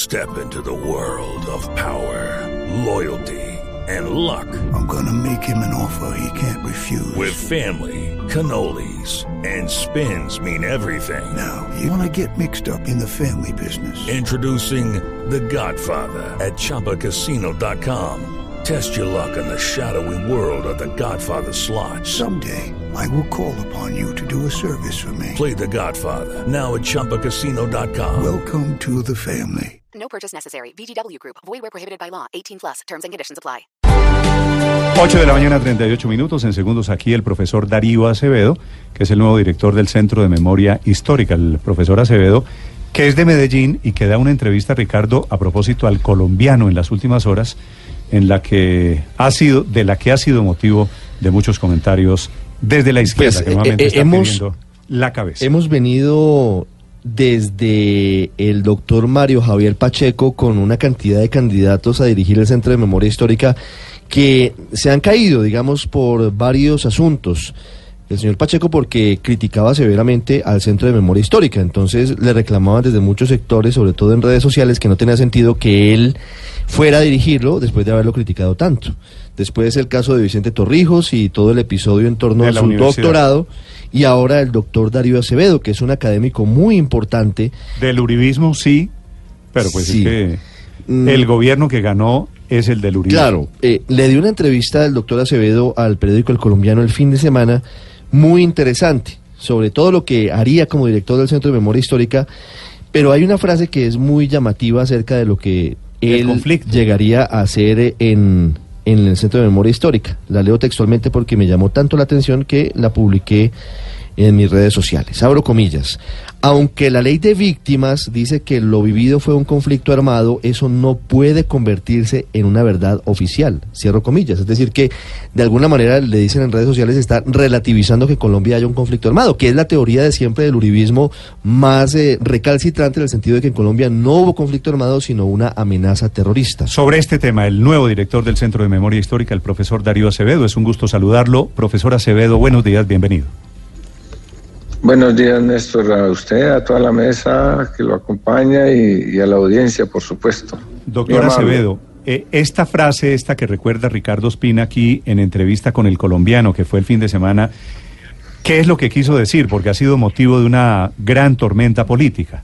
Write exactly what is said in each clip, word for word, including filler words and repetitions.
Step into the world of power, loyalty, and luck. I'm gonna make him an offer he can't refuse. With family, cannolis, and spins mean everything. Now, you wanna get mixed up in the family business. Introducing The Godfather at Chumba Casino dot com. Test your luck in the shadowy world of The Godfather slot. Someday, I will call upon you to do a service for me. Play The Godfather, now at Chumba Casino dot com. Welcome to the family. No purchase necessary. V G W Group. Void where prohibited by law. eighteen plus. Terms and conditions apply. ocho de la mañana, treinta y ocho minutos. En segundos aquí el profesor Darío Acevedo, que es el nuevo director del Centro de Memoria Histórica. El profesor Acevedo, que es de Medellín y que da una entrevista, Ricardo, a propósito al Colombiano en las últimas horas, en la que ha sido, de la que ha sido motivo de muchos comentarios desde la izquierda, pues, que nuevamente eh, está hemos, pidiendo la cabeza. Hemos venido desde el doctor Mario Javier Pacheco con una cantidad de candidatos a dirigir el Centro de Memoria Histórica que se han caído, digamos, por varios asuntos. El señor Pacheco porque criticaba severamente al Centro de Memoria Histórica, entonces le reclamaban desde muchos sectores, sobre todo en redes sociales, que no tenía sentido que él fuera a dirigirlo después de haberlo criticado tanto. Después el caso de Vicente Torrijos y todo el episodio en torno a su doctorado, y ahora el doctor Darío Acevedo, que es un académico muy importante. Del uribismo, sí, pero pues sí. Es que mm. el gobierno que ganó es el del uribismo. Claro, eh, le dio una entrevista al doctor Acevedo al periódico El Colombiano el fin de semana, muy interesante, sobre todo lo que haría como director del Centro de Memoria Histórica, pero hay una frase que es muy llamativa acerca de lo que él conflicto. llegaría a hacer en, en el Centro de Memoria Histórica. La leo textualmente porque me llamó tanto la atención que la publiqué en mis redes sociales. Abro comillas. Aunque la ley de víctimas dice que lo vivido fue un conflicto armado, eso no puede convertirse en una verdad oficial. Cierro comillas. Es decir, que de alguna manera le dicen en redes sociales, está relativizando que Colombia haya un conflicto armado, que es la teoría de siempre del uribismo más eh, recalcitrante, en el sentido de que en Colombia no hubo conflicto armado, sino una amenaza terrorista. Sobre este tema, el nuevo director del Centro de Memoria Histórica, el profesor Darío Acevedo. Es un gusto saludarlo. Profesor Acevedo, buenos días, bienvenido. Buenos días, Néstor, a usted, a toda la mesa que lo acompaña y, y a la audiencia, por supuesto. Doctor Acevedo, eh, esta frase, esta que recuerda Ricardo Ospina aquí en entrevista con El Colombiano, que fue el fin de semana, ¿qué es lo que quiso decir? Porque ha sido motivo de una gran tormenta política.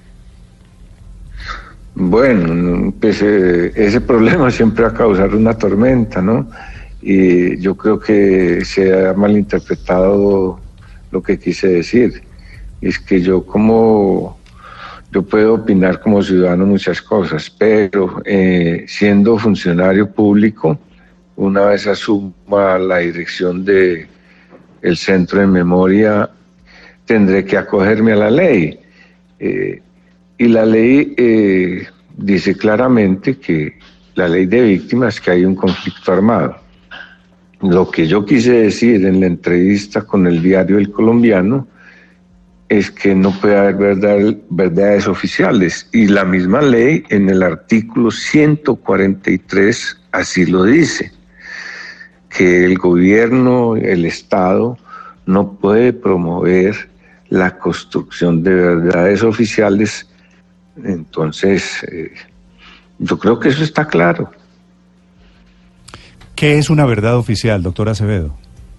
Bueno, pues eh, ese problema siempre va a causar una tormenta, ¿no? Y yo creo que se ha malinterpretado lo que quise decir. Es que yo como yo puedo opinar como ciudadano muchas cosas, pero eh, siendo funcionario público, una vez asuma la dirección de el Centro de Memoria, tendré que acogerme a la ley. Eh, y la ley eh, dice claramente que la ley de víctimas, que hay un conflicto armado. Lo que yo quise decir en la entrevista con el diario El Colombiano es que no puede haber verdad, verdades oficiales, y la misma ley en el artículo ciento cuarenta y tres así lo dice, que el gobierno, el Estado, no puede promover la construcción de verdades oficiales. Entonces, eh, yo creo que eso está claro. ¿Qué es una verdad oficial, doctor Acevedo?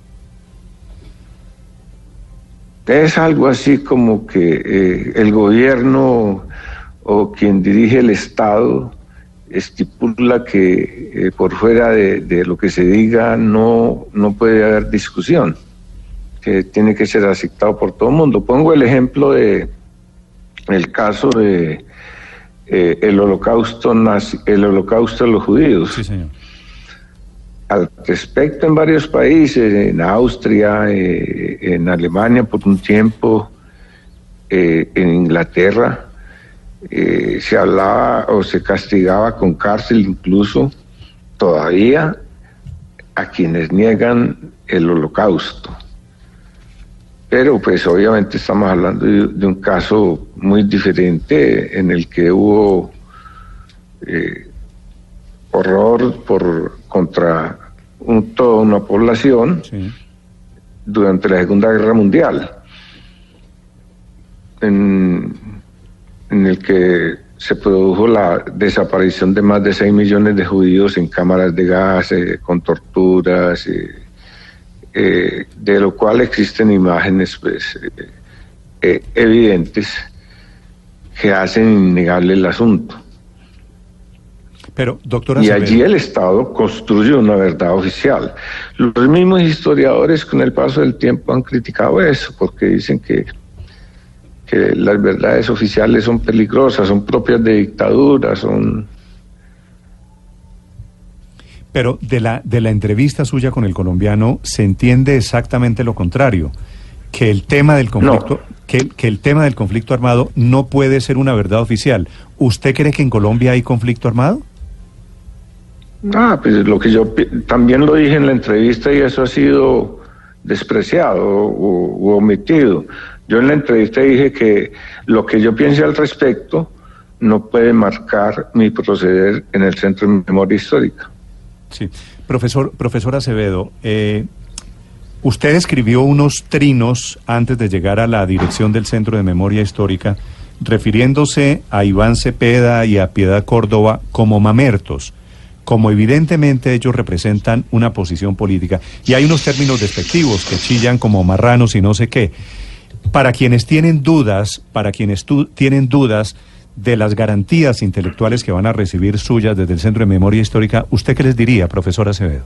Es algo así como que eh, el gobierno o quien dirige el Estado estipula que eh, por fuera de, de lo que se diga no, no puede haber discusión, que tiene que ser aceptado por todo el mundo. Pongo el ejemplo de el caso de eh, el holocausto nazi, el holocausto de los judíos. Sí, señor. Al respecto, en varios países, en Austria, eh, en Alemania por un tiempo, eh, en Inglaterra, eh, se hablaba o se castigaba con cárcel incluso todavía a quienes niegan el holocausto. Pero pues obviamente estamos hablando de, de un caso muy diferente en el que hubo eh, horror por contra un, toda una población, sí, durante la Segunda Guerra Mundial, en, en el que se produjo la desaparición de más de seis millones de judíos en cámaras de gas, eh, con torturas, eh, eh, de lo cual existen imágenes pues, eh, eh, evidentes que hacen innegable el asunto. Pero, doctora y Acevedo, allí el Estado construye una verdad oficial. Los mismos historiadores con el paso del tiempo han criticado eso, porque dicen que que las verdades oficiales son peligrosas, son propias de dictaduras, son... Pero de la, de la entrevista suya con el colombiano se entiende exactamente lo contrario, que el tema del conflicto, no. que, que el tema del conflicto armado no puede ser una verdad oficial. ¿Usted cree que en Colombia hay conflicto armado? Ah, pues lo que yo también lo dije en la entrevista y eso ha sido despreciado o, o omitido. Yo en la entrevista dije que lo que yo piense al respecto no puede marcar mi proceder en el Centro de Memoria Histórica. Sí. Profesor, profesor Acevedo, eh, usted escribió unos trinos antes de llegar a la dirección del Centro de Memoria Histórica, refiriéndose a Iván Cepeda y a Piedad Córdoba como mamertos, como evidentemente ellos representan una posición política. Y hay unos términos despectivos que chillan como marranos y no sé qué. Para quienes tienen dudas, para quienes tu, tienen dudas de las garantías intelectuales que van a recibir suyas desde el Centro de Memoria Histórica, ¿usted qué les diría, profesor Acevedo?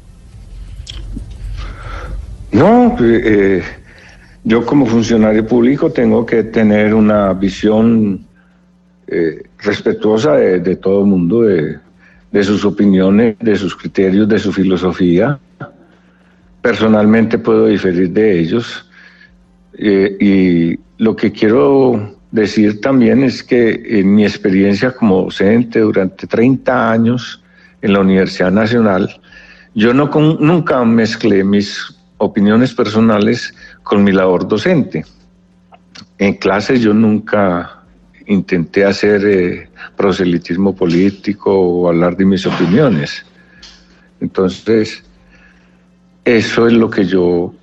No, eh, yo como funcionario público tengo que tener una visión eh, respetuosa de, de todo el mundo, de, de sus opiniones, de sus criterios, de su filosofía. Personalmente puedo diferir de ellos. Eh, y lo que quiero decir también es que en mi experiencia como docente durante treinta años en la Universidad Nacional, yo no con, nunca mezclé mis opiniones personales con mi labor docente. En clases yo nunca intenté hacer eh, proselitismo político o hablar de mis opiniones. Entonces, eso es lo que yo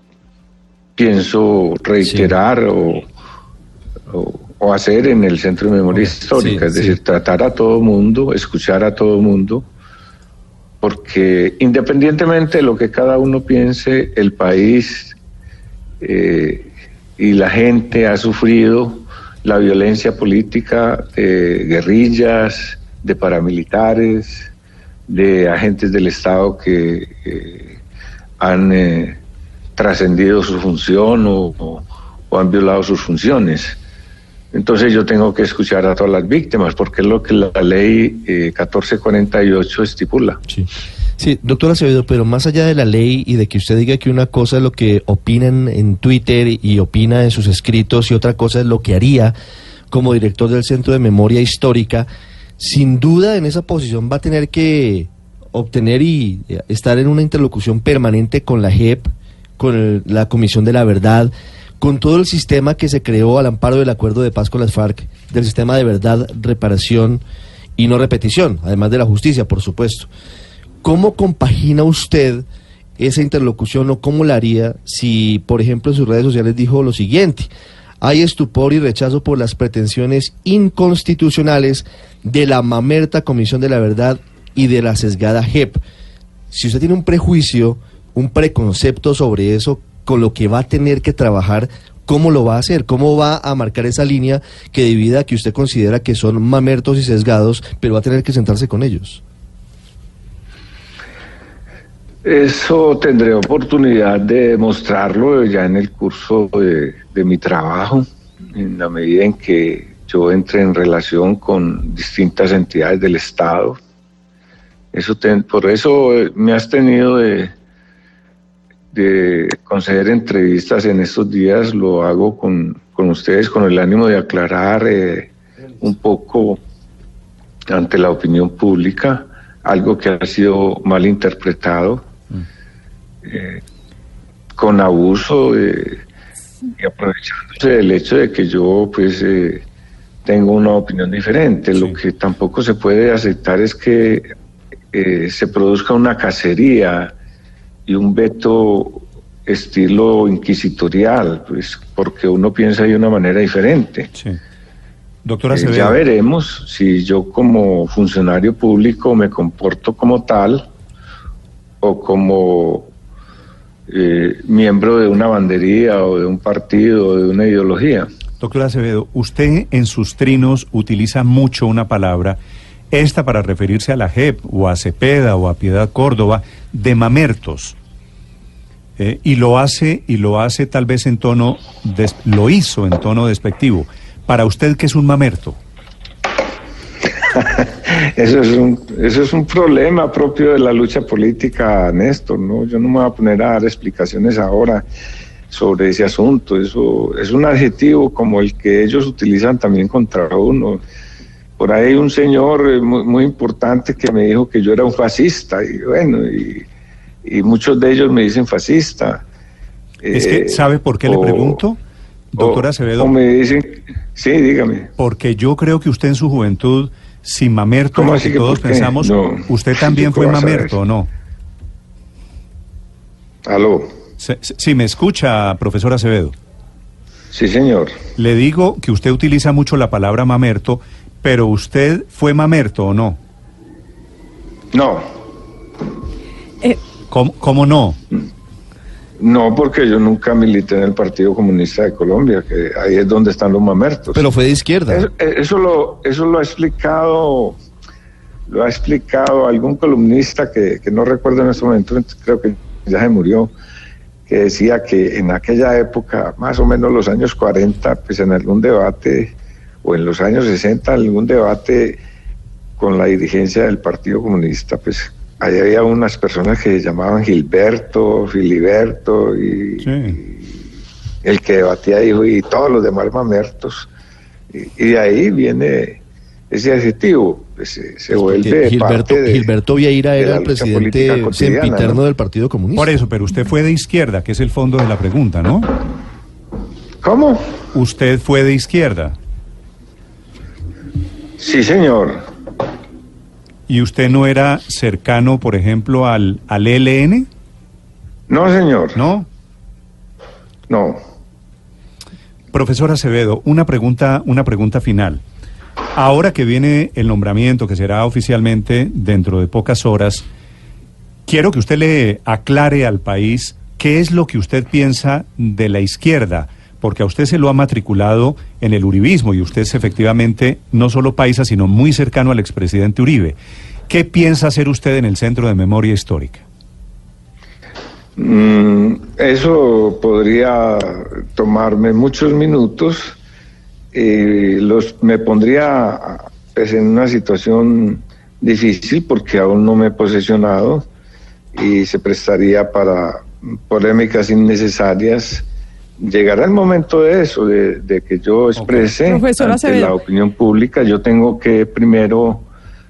pienso reiterar sí. o, o, o hacer en el Centro de Memoria Histórica, sí, es decir, sí. tratar a todo mundo, escuchar a todo mundo, porque independientemente de lo que cada uno piense, el país eh, y la gente ha sufrido la violencia política de guerrillas, de paramilitares, de agentes del Estado que eh, han... Eh, trascendido su función o, o, o han violado sus funciones. Entonces yo tengo que escuchar a todas las víctimas, porque es lo que la ley eh, catorce cuarenta y ocho estipula. Sí. Sí, doctor Acevedo, pero más allá de la ley y de que usted diga que una cosa es lo que opinan en Twitter y opina en sus escritos y otra cosa es lo que haría como director del Centro de Memoria Histórica, sin duda en esa posición va a tener que obtener y estar en una interlocución permanente con la J E P, con el, la Comisión de la Verdad, con todo el sistema que se creó al amparo del acuerdo de paz con las FARC, del sistema de verdad, reparación y no repetición, además de la justicia, por supuesto. ¿Cómo compagina usted esa interlocución o cómo la haría si, por ejemplo, en sus redes sociales dijo lo siguiente: hay estupor y rechazo por las pretensiones inconstitucionales de la mamerta Comisión de la Verdad y de la sesgada J E P? Si usted tiene un prejuicio, un preconcepto sobre eso, con lo que va a tener que trabajar, ¿cómo lo va a hacer? ¿Cómo va a marcar esa línea que divida que usted considera que son mamertos y sesgados, pero va a tener que sentarse con ellos? Eso tendré oportunidad de mostrarlo ya en el curso de, de mi trabajo, en la medida en que yo entre en relación con distintas entidades del Estado. Eso te, por eso me has tenido de... de conceder entrevistas en estos días, lo hago con, con ustedes con el ánimo de aclarar eh, un poco ante la opinión pública algo que ha sido mal interpretado, eh, con abuso eh, y aprovechándose del hecho de que yo pues eh, tengo una opinión diferente. Sí. Lo que tampoco se puede aceptar es que eh, se produzca una cacería y un veto estilo inquisitorial, pues porque uno piensa de una manera diferente. Sí. Doctora Eh, Acevedo. ya veremos si yo como funcionario público me comporto como tal o como eh, miembro de una bandería o de un partido o de una ideología. Doctora Acevedo, usted en sus trinos utiliza mucho una palabra, esta para referirse a la J E P o a Cepeda o a Piedad Córdoba, de mamertos. Eh, y lo hace, y lo hace tal vez en tono, des, lo hizo en tono despectivo. Para usted, ¿qué es un mamerto? Eso es un, eso es un problema propio de la lucha política, Néstor, ¿no? Yo no me voy a poner a dar explicaciones ahora sobre ese asunto. Eso es un adjetivo como el que ellos utilizan también contra uno. Por ahí hay un señor muy, muy importante que me dijo que yo era un fascista, y bueno, y, y muchos de ellos me dicen fascista. Es que, Eh, ¿sabe por qué o, le pregunto, doctora o, Acevedo? O me dicen, sí, dígame. Porque yo creo que usted en su juventud, sin mamerto, ¿Cómo lo así que que todos por qué? pensamos, No. usted también ¿Tú fue qué vas a mamerto, ver? ¿o no? Aló. Sí, sí, me escucha, profesor Acevedo. Sí, señor. Le digo que usted utiliza mucho la palabra mamerto, pero ¿usted fue mamerto o no? No, ¿Cómo, cómo no? no, porque yo nunca milité en el Partido Comunista de Colombia, que ahí es donde están los mamertos. Pero fue de izquierda. Eso, eso lo, eso lo ha explicado, lo ha explicado algún columnista que, que no recuerdo en este momento, creo que ya se murió, que decía que en aquella época, más o menos los años cuarenta, pues en algún debate, o en los años sesenta, algún debate con la dirigencia del Partido Comunista, pues ahí había unas personas que se llamaban Gilberto, Filiberto, y, Sí. y el que debatía dijo, y todos los demás mamertos, y, y de ahí viene ese adjetivo, pues, se, se vuelve Gilberto, parte de, Gilberto Vieira de era la el lucha presidente política cotidiana, sempiterno ¿no? del Partido Comunista. Por eso, pero usted fue de izquierda, que es el fondo de la pregunta, ¿no? ¿Cómo? Usted fue de izquierda. Sí, señor. ¿Y usted no era cercano, por ejemplo, al, al E L N? No, señor. ¿No? No. Profesor Acevedo, una pregunta, una pregunta final. Ahora que viene el nombramiento, que será oficialmente dentro de pocas horas, quiero que usted le aclare al país qué es lo que usted piensa de la izquierda, porque a usted se lo ha matriculado en el uribismo y usted es efectivamente no solo paisa, sino muy cercano al expresidente Uribe. ¿Qué piensa hacer usted en el Centro de Memoria Histórica? Mm, eso podría tomarme muchos minutos. Eh, los, me pondría pues, en una situación difícil porque aún no me he posesionado y se prestaría para polémicas innecesarias. Llegará el momento de eso, de, de que yo exprese Profesor ante Acevedo. la opinión pública. Yo tengo que primero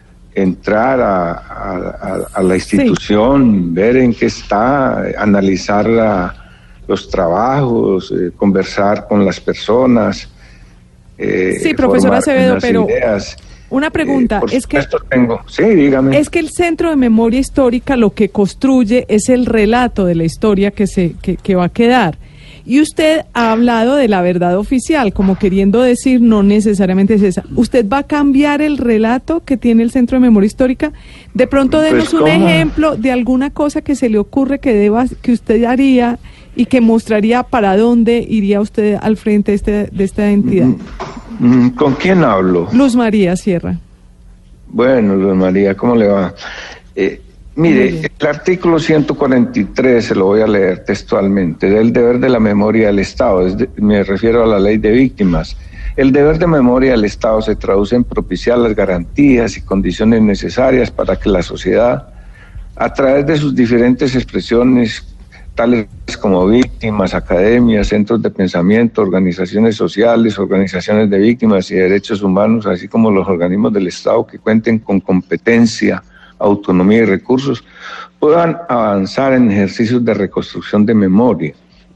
entrar a, a, a, a la institución, ver en qué está, analizar la, los trabajos, eh, conversar con las personas. Eh, Sí, profesor formar Acevedo, unas pero ideas. una pregunta, Eh, por es que supuesto tengo. Sí, dígame. es que el Centro de Memoria Histórica lo que construye es el relato de la historia que se que, que va a quedar. Y usted ha hablado de la verdad oficial, como queriendo decir, no necesariamente es esa. ¿Usted va a cambiar el relato que tiene el Centro de Memoria Histórica? De pronto, Pues, denos un ¿cómo? ejemplo de alguna cosa que se le ocurre que deba, que usted haría y que mostraría para dónde iría usted al frente de, este, de esta entidad. Mm, ¿Con quién hablo? Luz María Sierra. Bueno, Luz María, ¿cómo le va? Eh, Muy mire, bien. el artículo ciento cuarenta y tres, se lo voy a leer textualmente, del deber de la memoria del Estado, es de- me refiero a la ley de víctimas. El deber de memoria del Estado se traduce en propiciar las garantías y condiciones necesarias para que la sociedad, a través de sus diferentes expresiones, tales como víctimas, academias, centros de pensamiento, organizaciones sociales, organizaciones de víctimas y derechos humanos, así como los organismos del Estado que cuenten con competencia, autonomía y recursos, puedan avanzar en ejercicios de reconstrucción de memoria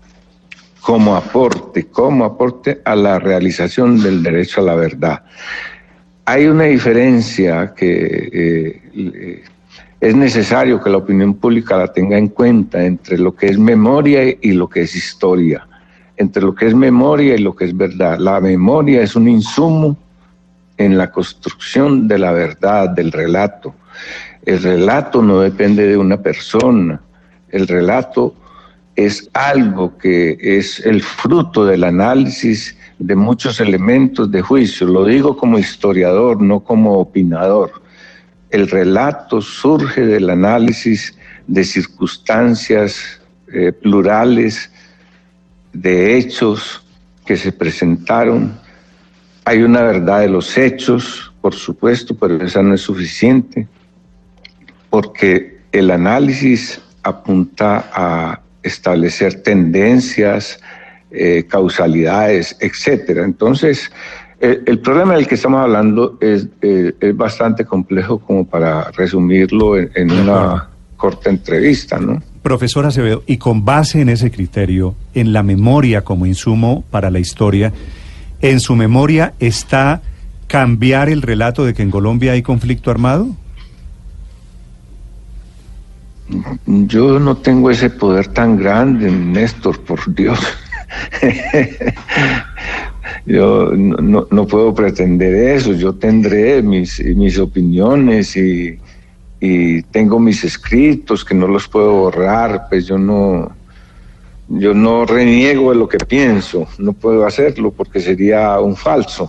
como aporte, como aporte a la realización del derecho a la verdad. Hay una diferencia que eh, eh, es necesario que la opinión pública la tenga en cuenta entre lo que es memoria y lo que es historia, entre lo que es memoria y lo que es verdad. La memoria es un insumo en la construcción de la verdad, del relato. El relato no depende de una persona, el relato es algo que es el fruto del análisis de muchos elementos de juicio. Lo digo como historiador, no como opinador. El relato surge del análisis de circunstancias eh, plurales, de hechos que se presentaron. Hay una verdad de los hechos, por supuesto, pero esa no es suficiente, porque el análisis apunta a establecer tendencias, eh, causalidades, etcétera. Entonces, el, el problema del que estamos hablando es, eh, es bastante complejo como para resumirlo en, en una corta entrevista, ¿no? Profesor Acevedo, y con base en ese criterio, en la memoria como insumo para la historia, ¿en su memoria está cambiar el relato de que en Colombia hay conflicto armado? Yo no tengo ese poder tan grande, Néstor, por Dios. Yo no, no, no puedo pretender eso. Yo tendré mis, mis opiniones y, y tengo mis escritos que no los puedo borrar. Pues yo no, yo no reniego de lo que pienso. No puedo hacerlo porque sería un falso.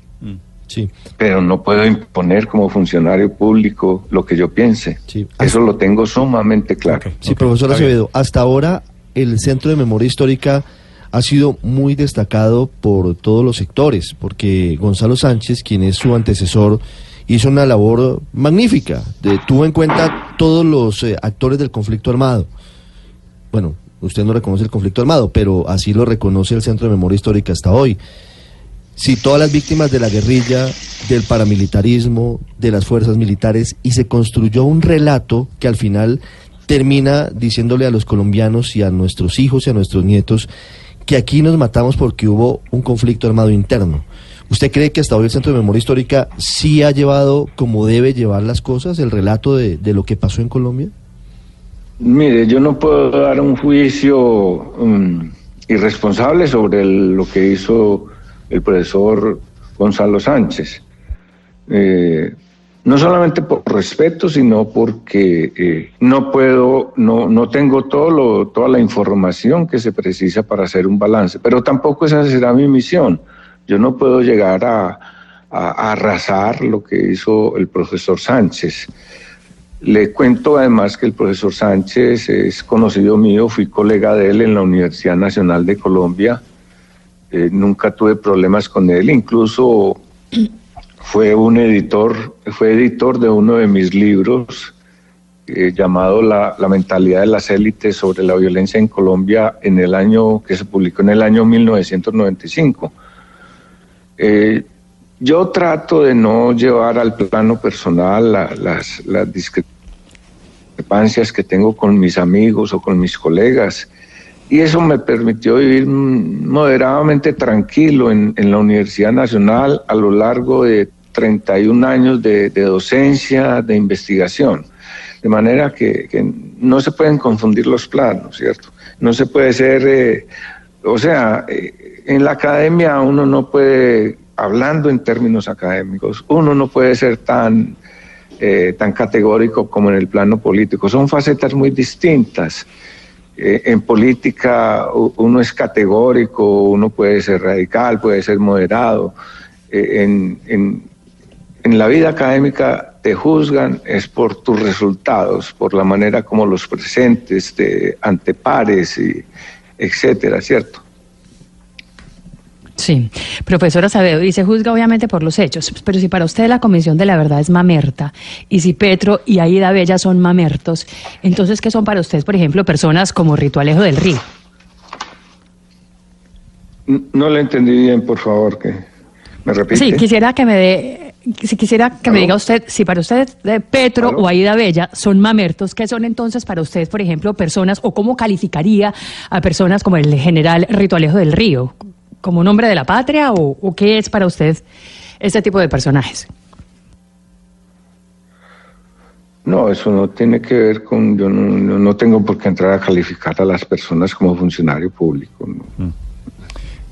Sí. Pero no puedo imponer como funcionario público lo que yo piense. Sí. Eso lo tengo sumamente claro. Okay. Sí, okay, profesor Acevedo, hasta ahora el Centro de Memoria Histórica ha sido muy destacado por todos los sectores, porque Gonzalo Sánchez, quien es su antecesor, hizo una labor magnífica, de, tuvo en cuenta todos los eh, actores del conflicto armado. Bueno, usted no reconoce el conflicto armado, pero así lo reconoce el Centro de Memoria Histórica hasta hoy. Citó a las víctimas de la guerrilla, del paramilitarismo, de las fuerzas militares, y se construyó un relato que al final termina diciéndole a los colombianos y a nuestros hijos y a nuestros nietos que aquí nos matamos porque hubo un conflicto armado interno. ¿Usted cree que hasta hoy el Centro de Memoria Histórica sí ha llevado como debe llevar las cosas, el relato de, de lo que pasó en Colombia? Mire, yo no puedo dar un juicio um, irresponsable sobre el, lo que hizo el profesor Gonzalo Sánchez. Eh, no solamente por respeto, sino porque eh, no puedo, no, no tengo todo lo, toda la información que se precisa para hacer un balance, pero tampoco esa será mi misión. Yo no puedo llegar a, a, a arrasar lo que hizo el profesor Sánchez. Le cuento además que el profesor Sánchez es conocido mío, fui colega de él en la Universidad Nacional de Colombia. Eh, nunca tuve problemas con él, incluso fue un editor, fue editor de uno de mis libros eh, llamado la, la mentalidad de las élites sobre la violencia en Colombia, en el año que se publicó en el año mil novecientos noventa y cinco. Eh, yo trato de no llevar al plano personal la, las, las discrepancias que tengo con mis amigos o con mis colegas. Y eso me permitió vivir moderadamente tranquilo en, en la Universidad Nacional a lo largo de treinta y un años de, de docencia, de investigación. De manera que, que no se pueden confundir los planos, ¿cierto? No se puede ser, eh, o sea, eh, en la academia uno no puede, hablando en términos académicos, uno no puede ser tan, eh, tan categórico como en el plano político. Son facetas muy distintas. En política uno es categórico, uno puede ser radical, puede ser moderado. En, en, en la vida académica te juzgan es por tus resultados, por la manera como los presentes te ante pares, y etcétera, ¿cierto? Sí, profesor Acevedo, y se juzga obviamente por los hechos, pero si para usted la Comisión de la Verdad es mamerta, y si Petro y Aída Bella son mamertos, entonces ¿qué son para usted, por ejemplo, personas como Rito Alejo del Río? No le entendí bien, por favor, que me repite. Sí, quisiera que me dé, si quisiera que ¿Aló? me diga usted, si para usted eh, Petro ¿Aló? o Aída Bella son mamertos, ¿qué son entonces para usted, por ejemplo, personas, o cómo calificaría a personas como el general Rito Alejo del Río? ¿Como un hombre de la patria o, o qué es para usted este tipo de personajes? No, eso no tiene que ver con... Yo no, no tengo por qué entrar a calificar a las personas como funcionario público, ¿no?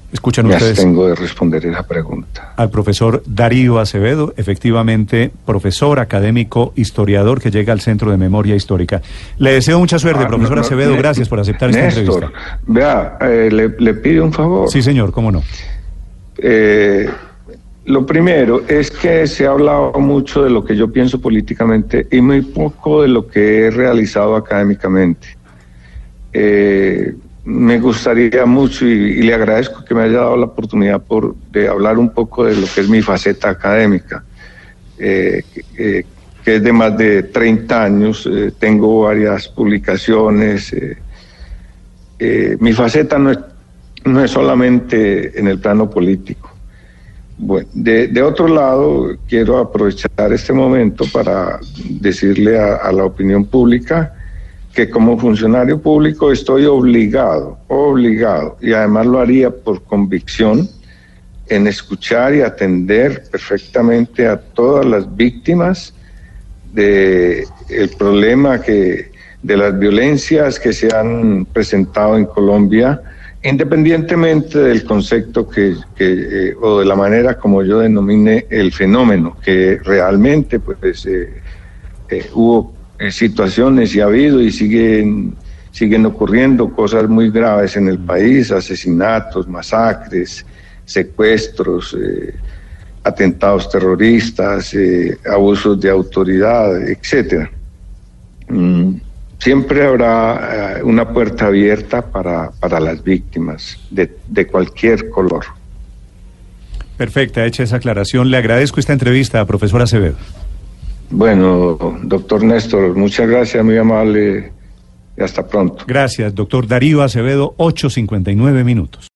Escuchan me ustedes abstengo de responder esa pregunta. al profesor Darío Acevedo, efectivamente profesor, académico, historiador que llega al Centro de Memoria Histórica. Le deseo mucha suerte, Ah, profesor no, no, Acevedo, ne- gracias por aceptar esta Néstor, entrevista. vea, eh, le, le pido un favor. Sí, señor, cómo no. Eh, lo primero es que se ha hablado mucho de lo que yo pienso políticamente y muy poco de lo que he realizado académicamente. Eh, me gustaría mucho y, y le agradezco que me haya dado la oportunidad por, de hablar un poco de lo que es mi faceta académica, eh, eh, que es de más de treinta años, eh, tengo varias publicaciones. Eh, eh, mi faceta no es, no es solamente en el plano político. Bueno, de, de otro lado, quiero aprovechar este momento para decirle a, a la opinión pública que como funcionario público estoy obligado, obligado, y además lo haría por convicción, en escuchar y atender perfectamente a todas las víctimas de el problema que, de las violencias que se han presentado en Colombia, independientemente del concepto que, que eh, o de la manera como yo denomine el fenómeno, que realmente pues eh, eh, hubo eh, situaciones y ha habido y siguen siguen ocurriendo cosas muy graves en el país, asesinatos, masacres, secuestros, eh, atentados terroristas, eh, abusos de autoridad, etcétera. Mm. Siempre habrá eh, una puerta abierta para, para las víctimas de, de cualquier color. Perfecta, hecha esa aclaración. Le agradezco esta entrevista, profesor Acevedo. Bueno, doctor Néstor, muchas gracias, muy amable, y hasta pronto. Gracias, doctor Darío Acevedo, ocho cincuenta y nueve minutos.